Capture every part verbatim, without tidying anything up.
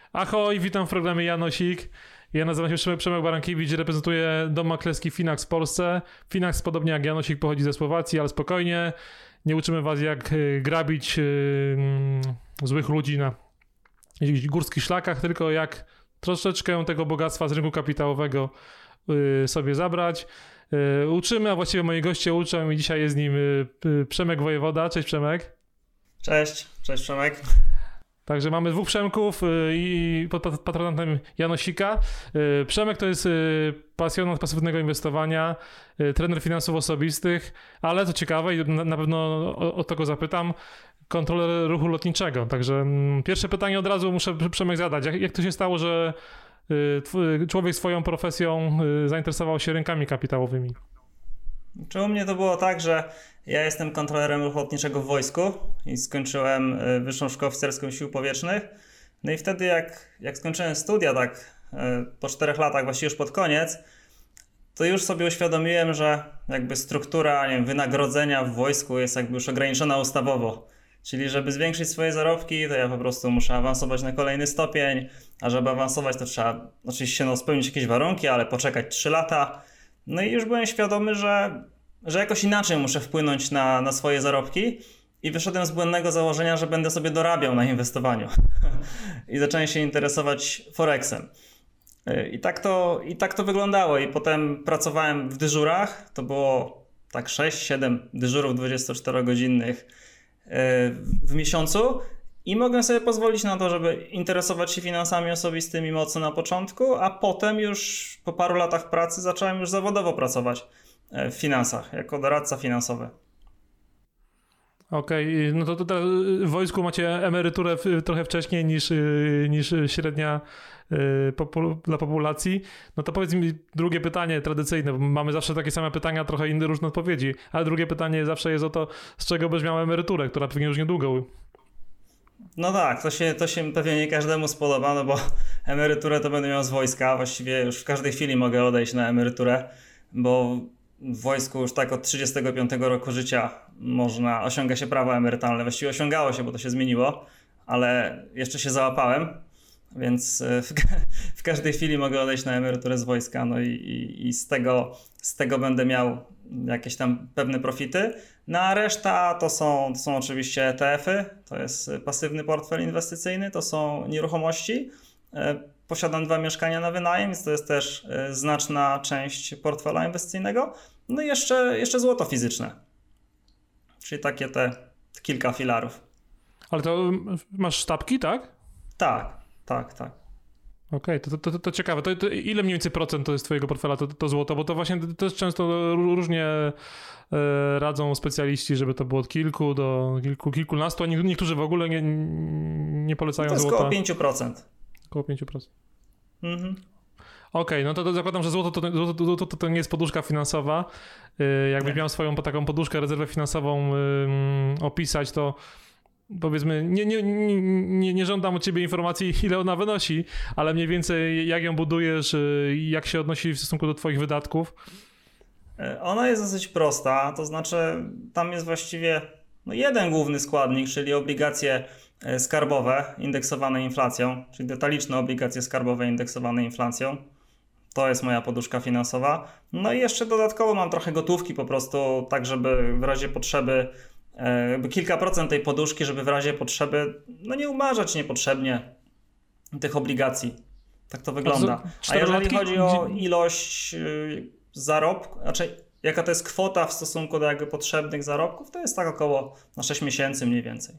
Ahoj, witam w programie Janosik. Ja nazywam się Przemek Barankiewicz, reprezentuję dom maklerski Finax w Polsce. Finax, podobnie jak Janosik, pochodzi ze Słowacji, ale spokojnie. Nie uczymy was, jak grabić yy, złych ludzi na górskich szlakach, tylko jak troszeczkę tego bogactwa z rynku kapitałowego yy, sobie zabrać. Yy, uczymy, a właściwie moi goście uczą i dzisiaj jest z nim yy, Przemek Wojewoda. Cześć Przemek. Cześć, cześć Przemek. Także mamy dwóch Przemków i pod patronatem Janosika. Przemek to jest pasjonat pasywnego inwestowania, trener finansów osobistych, ale co ciekawe i na pewno o, o to go zapytam, kontroler ruchu lotniczego. Także pierwsze pytanie od razu muszę Przemek zadać. Jak, jak to się stało, że człowiek swoją profesją zainteresował się rynkami kapitałowymi? Czy u mnie to było tak, że ja jestem kontrolerem ruchu lotniczego w wojsku i skończyłem Wyższą Szkołę Oficerską Sił Powietrznych. No i wtedy jak, jak skończyłem studia, tak po czterech latach, właściwie już pod koniec, to już sobie uświadomiłem, że jakby struktura, nie wiem, wynagrodzenia w wojsku jest jakby już ograniczona ustawowo. Czyli żeby zwiększyć swoje zarobki, to ja po prostu muszę awansować na kolejny stopień, a żeby awansować, to trzeba oczywiście no, spełnić jakieś warunki, ale poczekać trzy lata. No i już byłem świadomy, że, że jakoś inaczej muszę wpłynąć na, na swoje zarobki i wyszedłem z błędnego założenia, że będę sobie dorabiał na inwestowaniu i zacząłem się interesować Forexem. I tak, to, I tak to wyglądało i potem pracowałem w dyżurach, to było tak sześć siedem dyżurów dwudziestoczterogodzinnych w miesiącu i mogłem sobie pozwolić na to, żeby interesować się finansami osobistymi mocno na początku, a potem już po paru latach pracy zacząłem już zawodowo pracować w finansach, jako doradca finansowy. Okej, okay, no to, to w wojsku macie emeryturę trochę wcześniej niż, niż średnia dla populacji. No to powiedz mi drugie pytanie tradycyjne, bo mamy zawsze takie same pytania, trochę inne różne odpowiedzi, ale drugie pytanie zawsze jest o to, z czego byś miał emeryturę, która pewnie już niedługo. No tak, to się, to się pewnie nie każdemu spodoba, no bo emeryturę to będę miał z wojska, właściwie już w każdej chwili mogę odejść na emeryturę, bo w wojsku już tak od trzydziestego piątego roku życia można, osiąga się prawo emerytalne, właściwie osiągało się, bo to się zmieniło, ale jeszcze się załapałem, więc w, w każdej chwili mogę odejść na emeryturę z wojska, no i, i, i z tego, z tego będę miał jakieś tam pewne profity. No a reszta to są, to są oczywiście E T F-y, to jest pasywny portfel inwestycyjny, to są nieruchomości. Posiadam dwa mieszkania na wynajem, więc to jest też znaczna część portfela inwestycyjnego. No i jeszcze, jeszcze złoto fizyczne, czyli takie te kilka filarów. Ale to masz sztabki, tak? Tak, tak, tak. Okej, okay, to, to, to, to ciekawe. To, to ile mniej więcej procent to jest twojego portfela to, to złoto? Bo to właśnie też często różnie e, radzą specjaliści, żeby to było od kilku do kilku, kilkunastu, a niektórzy w ogóle nie, nie polecają złota. To jest złota. Około pięć procent. Około pięć procent. Mhm. Okej, okay, no to, to zakładam, że złoto to, złoto, to, to, to nie jest poduszka finansowa. Yy, jakbyś miał swoją taką poduszkę, rezerwę finansową yy, opisać, to powiedzmy, nie, nie, nie, nie żądam od ciebie informacji, ile ona wynosi, ale mniej więcej jak ją budujesz, jak się odnosi w stosunku do twoich wydatków? Ona jest dosyć prosta, to znaczy tam jest właściwie no jeden główny składnik, czyli obligacje skarbowe indeksowane inflacją, czyli detaliczne obligacje skarbowe indeksowane inflacją. To jest moja poduszka finansowa. No i jeszcze dodatkowo mam trochę gotówki po prostu, tak żeby w razie potrzeby jakby kilka procent tej poduszki, żeby w razie potrzeby no nie umarzać niepotrzebnie tych obligacji. Tak to wygląda. A jeżeli chodzi o ilość zarobku, znaczy jaka to jest kwota w stosunku do jakby potrzebnych zarobków, to jest tak około na sześć miesięcy mniej więcej.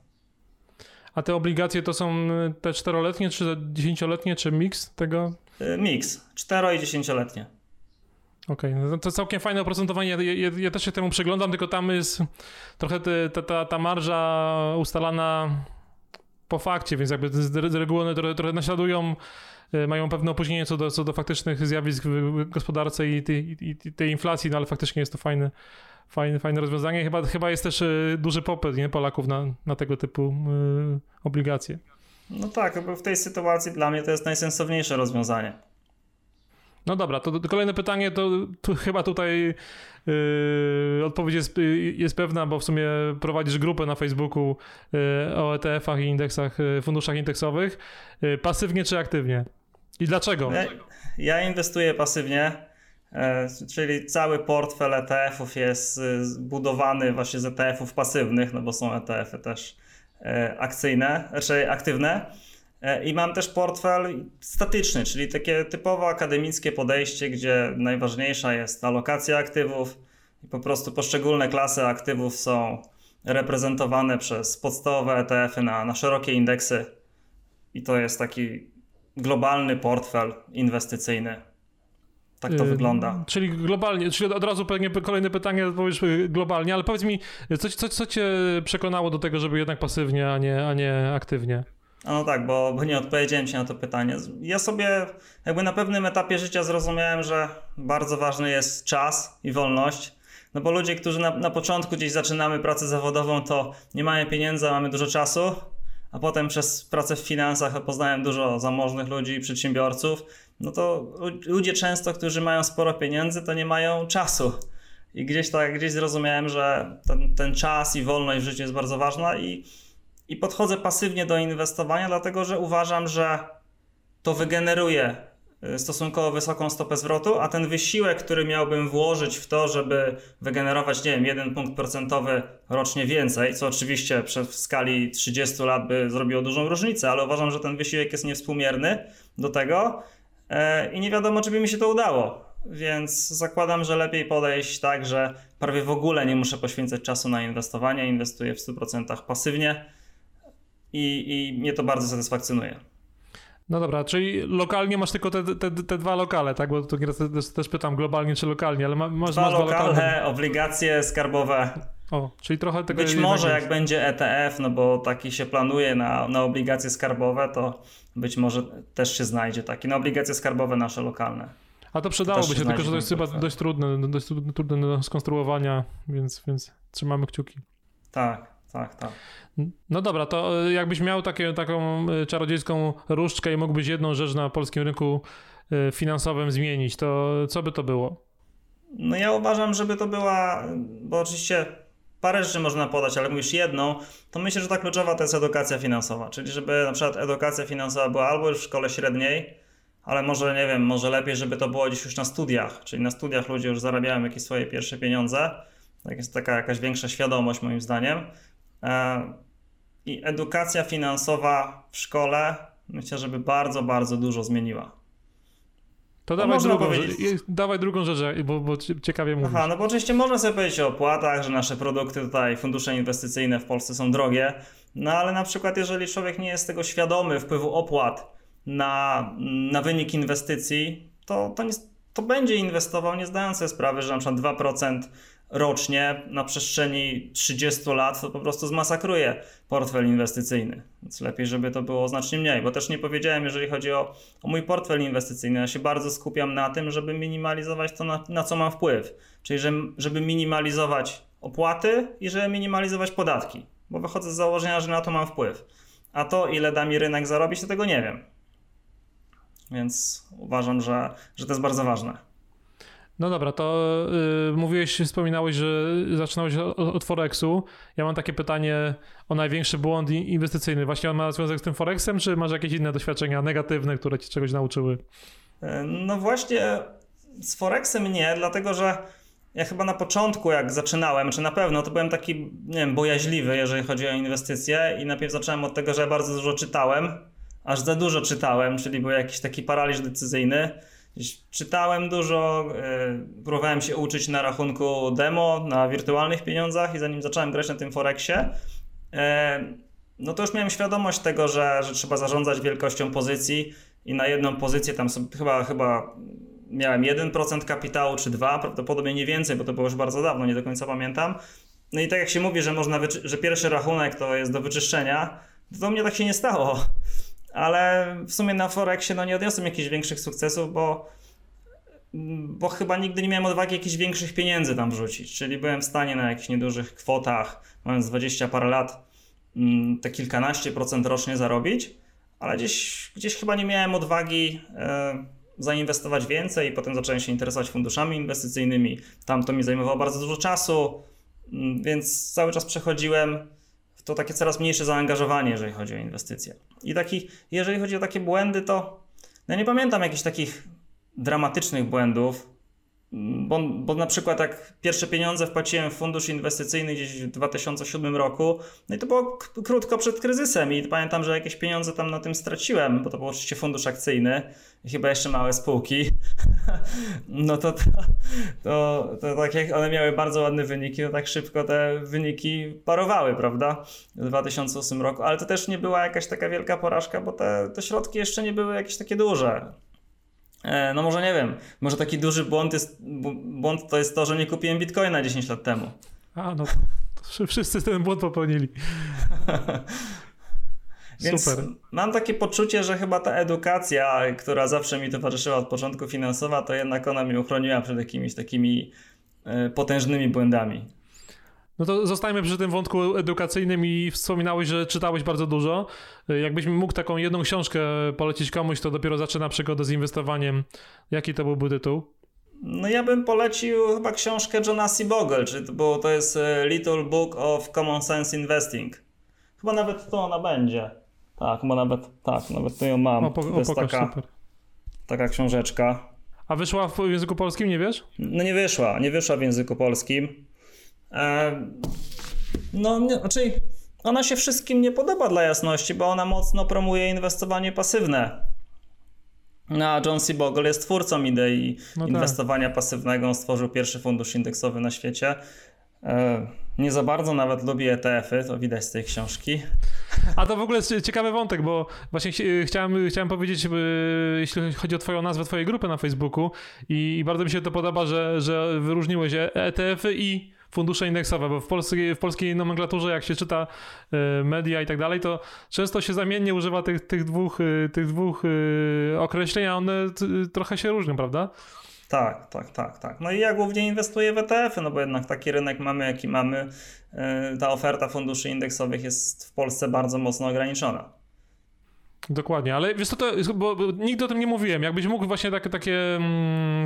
A te obligacje to są te czteroletnie, czy dziesięcioletnie, czy miks tego? Miks, cztero i dziesięcioletnie. Okej, okay. No to całkiem fajne oprocentowanie. Ja, ja, ja też się temu przyglądam, tylko tam jest trochę te, ta, ta, ta marża ustalana po fakcie, więc jakby z reguły one trochę, trochę naśladują, mają pewne opóźnienie co do, co do faktycznych zjawisk w gospodarce i tej, i, i tej inflacji, no ale faktycznie jest to fajne, fajne, fajne rozwiązanie. Chyba, chyba jest też duży popyt, nie, Polaków na, na tego typu y, obligacje. No tak, bo w tej sytuacji dla mnie to jest najsensowniejsze rozwiązanie. No dobra, to, to kolejne pytanie, to, to chyba tutaj yy, odpowiedź jest, jest pewna, bo w sumie prowadzisz grupę na Facebooku yy, o E T F-ach i indeksach, yy, funduszach indeksowych. Yy, pasywnie czy aktywnie? I dlaczego? Ja, ja inwestuję pasywnie, e, czyli cały portfel E T F-ów jest zbudowany właśnie z E T F-ów pasywnych, no bo są E T F-y też e, akcyjne, znaczy aktywne. I mam też portfel statyczny, czyli takie typowo akademickie podejście, gdzie najważniejsza jest alokacja aktywów i po prostu poszczególne klasy aktywów są reprezentowane przez podstawowe E T F-y na, na szerokie indeksy i to jest taki globalny portfel inwestycyjny. Tak to yy, wygląda. Czyli globalnie, czyli od razu pewnie kolejne pytanie odpowiesz globalnie, ale powiedz mi, co, co, co cię przekonało do tego, żeby jednak pasywnie, a nie, a nie aktywnie? No tak, bo, bo nie odpowiedziałem ci na to pytanie. Ja sobie jakby na pewnym etapie życia zrozumiałem, że bardzo ważny jest czas i wolność. No bo ludzie, którzy na, na początku gdzieś zaczynamy pracę zawodową, to nie mamy pieniędzy, a mamy dużo czasu, a potem przez pracę w finansach poznałem dużo zamożnych ludzi i przedsiębiorców. No to ludzie często, którzy mają sporo pieniędzy, to nie mają czasu. I gdzieś tak, gdzieś zrozumiałem, że ten, ten czas i wolność w życiu jest bardzo ważna i I podchodzę pasywnie do inwestowania, dlatego że uważam, że to wygeneruje stosunkowo wysoką stopę zwrotu, a ten wysiłek, który miałbym włożyć w to, żeby wygenerować, nie wiem, jeden punkt procentowy rocznie więcej, co oczywiście w skali trzydziestu lat by zrobiło dużą różnicę, ale uważam, że ten wysiłek jest niewspółmierny do tego i nie wiadomo, czy by mi się to udało. Więc zakładam, że lepiej podejść tak, że prawie w ogóle nie muszę poświęcać czasu na inwestowanie, inwestuję w stu procentach pasywnie. I, I mnie to bardzo satysfakcjonuje. No dobra, czyli lokalnie masz tylko te, te, te dwa lokale, tak? Bo tu też, też pytam globalnie czy lokalnie, ale masz dwa masz lokalne, dwa lokale. Obligacje skarbowe. O, czyli trochę tego... Być może jak będzie E T F, no bo taki się planuje na, na obligacje skarbowe, to być może też się znajdzie taki. Na obligacje skarbowe nasze lokalne. A to przydałoby się, się tylko że to jest chyba dość trudne, dość trudne do skonstruowania, więc, więc trzymamy kciuki. Tak. Tak, tak. No dobra, to jakbyś miał takie, taką czarodziejską różdżkę i mógłbyś jedną rzecz na polskim rynku finansowym zmienić, to co by to było? No ja uważam, żeby to była, bo oczywiście parę rzeczy można podać, ale mówisz jedną, to myślę, że ta kluczowa to jest edukacja finansowa, czyli żeby na przykład edukacja finansowa była albo już w szkole średniej, ale może, nie wiem, może lepiej, żeby to było gdzieś już na studiach, czyli na studiach ludzie już zarabiają jakieś swoje pierwsze pieniądze, tak jest taka jakaś większa świadomość moim zdaniem. I edukacja finansowa w szkole myślę, żeby bardzo, bardzo dużo zmieniła. To dawaj drugą, powiedzieć... rzecz, dawaj drugą rzecz, bo, bo ciekawie mówisz. Aha, no bo oczywiście można sobie powiedzieć o opłatach, że nasze produkty tutaj, fundusze inwestycyjne w Polsce są drogie, no ale na przykład jeżeli człowiek nie jest tego świadomy wpływu opłat na, na wynik inwestycji, to, to, nie, to będzie inwestował nie zdając sobie sprawy, że na przykład dwa procent rocznie na przestrzeni trzydziestu lat to po prostu zmasakruje portfel inwestycyjny. Więc lepiej, żeby to było znacznie mniej, bo też nie powiedziałem, jeżeli chodzi o, o mój portfel inwestycyjny, ja się bardzo skupiam na tym, żeby minimalizować to, na, na co mam wpływ. Czyli że, żeby minimalizować opłaty i żeby minimalizować podatki, bo wychodzę z założenia, że na to mam wpływ. A to, ile da mi rynek zarobić, to tego nie wiem. Więc uważam, że, że to jest bardzo ważne. No dobra, to yy, mówiłeś, wspominałeś, że zaczynałeś od, od Forexu. Ja mam takie pytanie o największy błąd inwestycyjny. Właśnie on ma związek z tym Forexem, czy masz jakieś inne doświadczenia negatywne, które ci czegoś nauczyły? No właśnie z Forexem nie, dlatego że ja chyba na początku jak zaczynałem, czy na pewno, to byłem taki, nie wiem, bojaźliwy, jeżeli chodzi o inwestycje i najpierw zacząłem od tego, że ja bardzo dużo czytałem, aż za dużo czytałem, czyli był jakiś taki paraliż decyzyjny. Czytałem dużo, yy, próbowałem się uczyć na rachunku demo, na wirtualnych pieniądzach i zanim zacząłem grać na tym Forexie, yy, no to już miałem świadomość tego, że, że trzeba zarządzać wielkością pozycji i na jedną pozycję tam sobie, chyba, chyba miałem jeden procent kapitału czy dwa, prawdopodobnie nie więcej, bo to było już bardzo dawno, nie do końca pamiętam. No i tak jak się mówi, że można wyczy- że pierwszy rachunek to jest do wyczyszczenia, to do mnie tak się nie stało. Ale w sumie na Forexie no nie odniosłem jakichś większych sukcesów, bo, bo chyba nigdy nie miałem odwagi jakichś większych pieniędzy tam wrzucić. Czyli byłem w stanie na jakichś niedużych kwotach, mając dwadzieścia parę lat, te kilkanaście procent rocznie zarobić, ale gdzieś, gdzieś chyba nie miałem odwagi zainwestować więcej i potem zacząłem się interesować funduszami inwestycyjnymi. Tam to mi zajmowało bardzo dużo czasu, więc cały czas przechodziłem w to takie coraz mniejsze zaangażowanie, jeżeli chodzi o inwestycje. I taki, jeżeli chodzi o takie błędy, to ja nie pamiętam jakichś takich dramatycznych błędów, bo, bo na przykład jak pierwsze pieniądze wpłaciłem w fundusz inwestycyjny gdzieś w dwa tysiące siódmym roku, no i to było k- krótko przed kryzysem i pamiętam, że jakieś pieniądze tam na tym straciłem, bo to był oczywiście fundusz akcyjny i chyba jeszcze małe spółki. No to, to, to, to tak jak one miały bardzo ładne wyniki, to tak szybko te wyniki parowały, prawda? W dwa tysiące ósmym roku, ale to też nie była jakaś taka wielka porażka, bo te, te środki jeszcze nie były jakieś takie duże. No może nie wiem, może taki duży błąd, jest, błąd to jest to, że nie kupiłem bitcoina dziesięć lat temu. A no to, to wszyscy ten błąd popełnili. Więc super. Mam takie poczucie, że chyba ta edukacja, która zawsze mi towarzyszyła od początku, finansowa, to jednak ona mnie uchroniła przed jakimiś takimi potężnymi błędami. No to zostajmy przy tym wątku edukacyjnym i wspominałeś, że czytałeś bardzo dużo. Jakbyś mógł taką jedną książkę polecić komuś, kto dopiero zaczyna przygodę z inwestowaniem, jaki to byłby tytuł? No ja bym polecił chyba książkę Johna C. Bogle, bo to jest Little Book of Common Sense Investing. Chyba nawet to ona będzie. Tak, bo nawet, tak, nawet to ją mam. O, po, to jest o, pokaż, taka, super. taka książeczka. A wyszła w języku polskim, nie wiesz? No nie wyszła, nie wyszła w języku polskim. No, nie, znaczy ona się wszystkim nie podoba dla jasności, bo ona mocno promuje inwestowanie pasywne. No, a John C. Bogle jest twórcą idei no inwestowania tak. pasywnego. On stworzył pierwszy fundusz indeksowy na świecie. Nie za bardzo nawet lubi E T F y, to widać z tej książki. A to w ogóle jest ciekawy wątek, bo właśnie chciałem, chciałem powiedzieć, jeśli chodzi o twoją nazwę twojej grupy na Facebooku i bardzo mi się to podoba, że, że wyróżniłeś E T F y i fundusze indeksowe, bo w polskiej, w polskiej nomenklaturze, jak się czyta media i tak dalej, to często się zamiennie używa tych, tych, dwóch, tych dwóch określeń, a one trochę się różnią, prawda? Tak, tak, tak, tak. No i ja głównie inwestuję w E T F y, no bo jednak taki rynek mamy, jaki mamy. Ta oferta funduszy indeksowych jest w Polsce bardzo mocno ograniczona. Dokładnie, ale wiesz co, to, bo, bo nigdy o tym nie mówiłem. Jakbyś mógł właśnie takie, takie mm,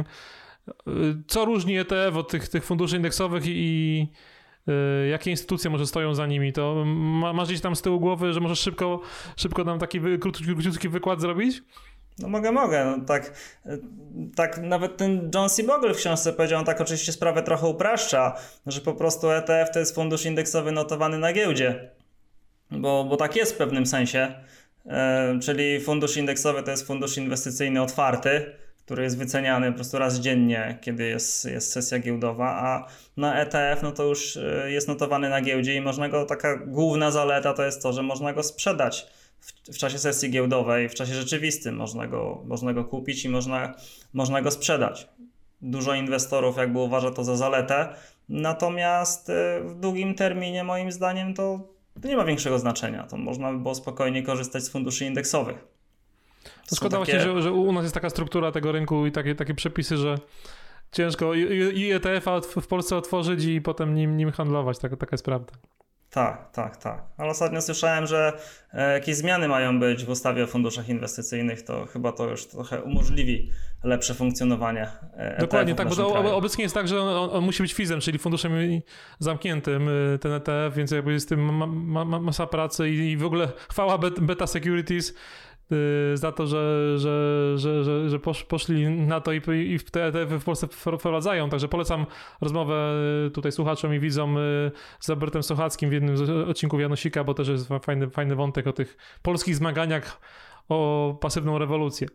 co różni E T F od tych, tych funduszy indeksowych i, i y, jakie instytucje może stoją za nimi, to ma, masz gdzieś tam z tyłu głowy, że możesz szybko, szybko nam taki wy, krótki wykład zrobić? No mogę, mogę. No tak, tak nawet ten John C. Bogle w książce powiedział, on tak oczywiście sprawę trochę upraszcza, że po prostu E T F to jest fundusz indeksowy notowany na giełdzie. Bo, bo tak jest w pewnym sensie. E, czyli fundusz indeksowy to jest fundusz inwestycyjny otwarty, który jest wyceniany po prostu raz dziennie, kiedy jest, jest sesja giełdowa, a na E T F no to już jest notowany na giełdzie i można go, taka główna zaleta to jest to, że można go sprzedać w, w czasie sesji giełdowej, w czasie rzeczywistym można go, można go kupić i można, można go sprzedać. Dużo inwestorów jakby uważa to za zaletę, natomiast w długim terminie moim zdaniem to nie ma większego znaczenia. To można by było spokojnie korzystać z funduszy indeksowych. To szkoda takie... właśnie, że, że u nas jest taka struktura tego rynku i takie, takie przepisy, że ciężko i, i E T F a w Polsce otworzyć i potem nim, nim handlować. Taka, taka jest prawda. Tak, tak, tak. Ale ostatnio słyszałem, że jakieś zmiany mają być w ustawie o funduszach inwestycyjnych, to chyba to już trochę umożliwi lepsze funkcjonowanie E T F-ów. Dokładnie, tak, bo to obecnie jest tak, że on, on musi być fizem, czyli funduszem zamkniętym, ten E T F, więc jakby jest z tym ma, ma, ma, masa pracy i, i w ogóle chwała Beta Securities za to, że, że, że, że, że poszli na to i, i te E T F-y w Polsce wprowadzają. Także polecam rozmowę tutaj słuchaczom i widzom z Robertem Sochackim w jednym z odcinków Janosika, bo też jest fajny, fajny wątek o tych polskich zmaganiach o pasywną rewolucję.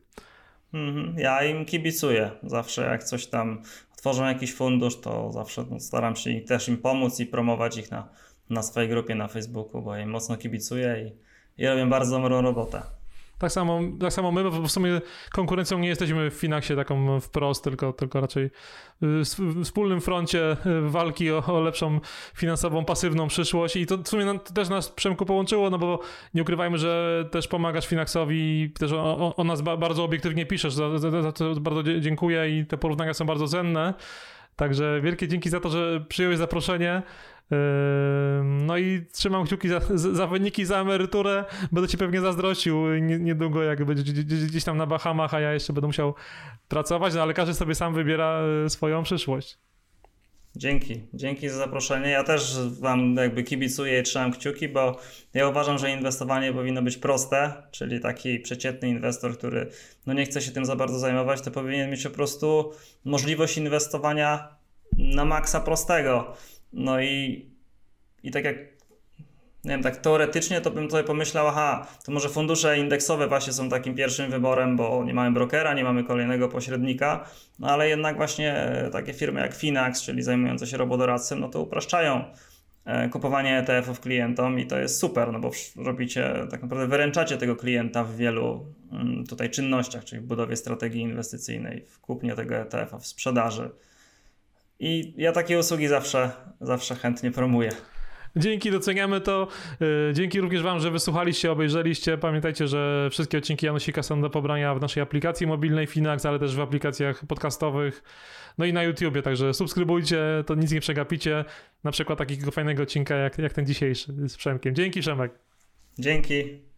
Ja im kibicuję. Zawsze jak coś tam tworzą jakiś fundusz, to zawsze staram się też im pomóc i promować ich na, na swojej grupie na Facebooku, bo ja im mocno kibicuję i, i robię bardzo dobrą robotę. Tak samo, tak samo my, bo w sumie konkurencją nie jesteśmy w Finaxie taką wprost, tylko, tylko raczej w wspólnym froncie walki o, o lepszą finansową, pasywną przyszłość i to w sumie też nas, Przemku, połączyło, no bo nie ukrywajmy, że też pomagasz Finaxowi i też o, o, o nas ba, bardzo obiektywnie piszesz, za, za, za to bardzo dziękuję i te porównania są bardzo cenne. Także wielkie dzięki za to, że przyjąłeś zaproszenie. No i trzymam kciuki za, za wyniki, za emeryturę. Będę ci pewnie zazdrościł niedługo, jak będzie gdzieś tam na Bahamach, a ja jeszcze będę musiał pracować, no ale każdy sobie sam wybiera swoją przyszłość. Dzięki, dzięki za zaproszenie. Ja też wam jakby kibicuję i trzymam kciuki, bo ja uważam, że inwestowanie powinno być proste, czyli taki przeciętny inwestor, który no nie chce się tym za bardzo zajmować, to powinien mieć po prostu możliwość inwestowania na maksa prostego. No i, i tak jak, nie wiem, tak teoretycznie to bym sobie pomyślał, aha, to może fundusze indeksowe właśnie są takim pierwszym wyborem, bo nie mamy brokera, nie mamy kolejnego pośrednika, no ale jednak właśnie takie firmy jak Finax, czyli zajmujące się robodoradcem, no to upraszczają kupowanie E T F-ów klientom i to jest super, no bo robicie, tak naprawdę wyręczacie tego klienta w wielu tutaj czynnościach, czyli w budowie strategii inwestycyjnej, w kupnie tego E T F-a, w sprzedaży. I ja takie usługi zawsze, zawsze chętnie promuję. Dzięki, doceniamy to. Dzięki również wam, że wysłuchaliście, obejrzeliście. Pamiętajcie, że wszystkie odcinki Janosika są do pobrania w naszej aplikacji mobilnej Finax, ale też w aplikacjach podcastowych, no i na YouTubie, także subskrybujcie, to nic nie przegapicie. Na przykład takiego fajnego odcinka jak, jak ten dzisiejszy z Przemkiem. Dzięki, Przemek. Dzięki.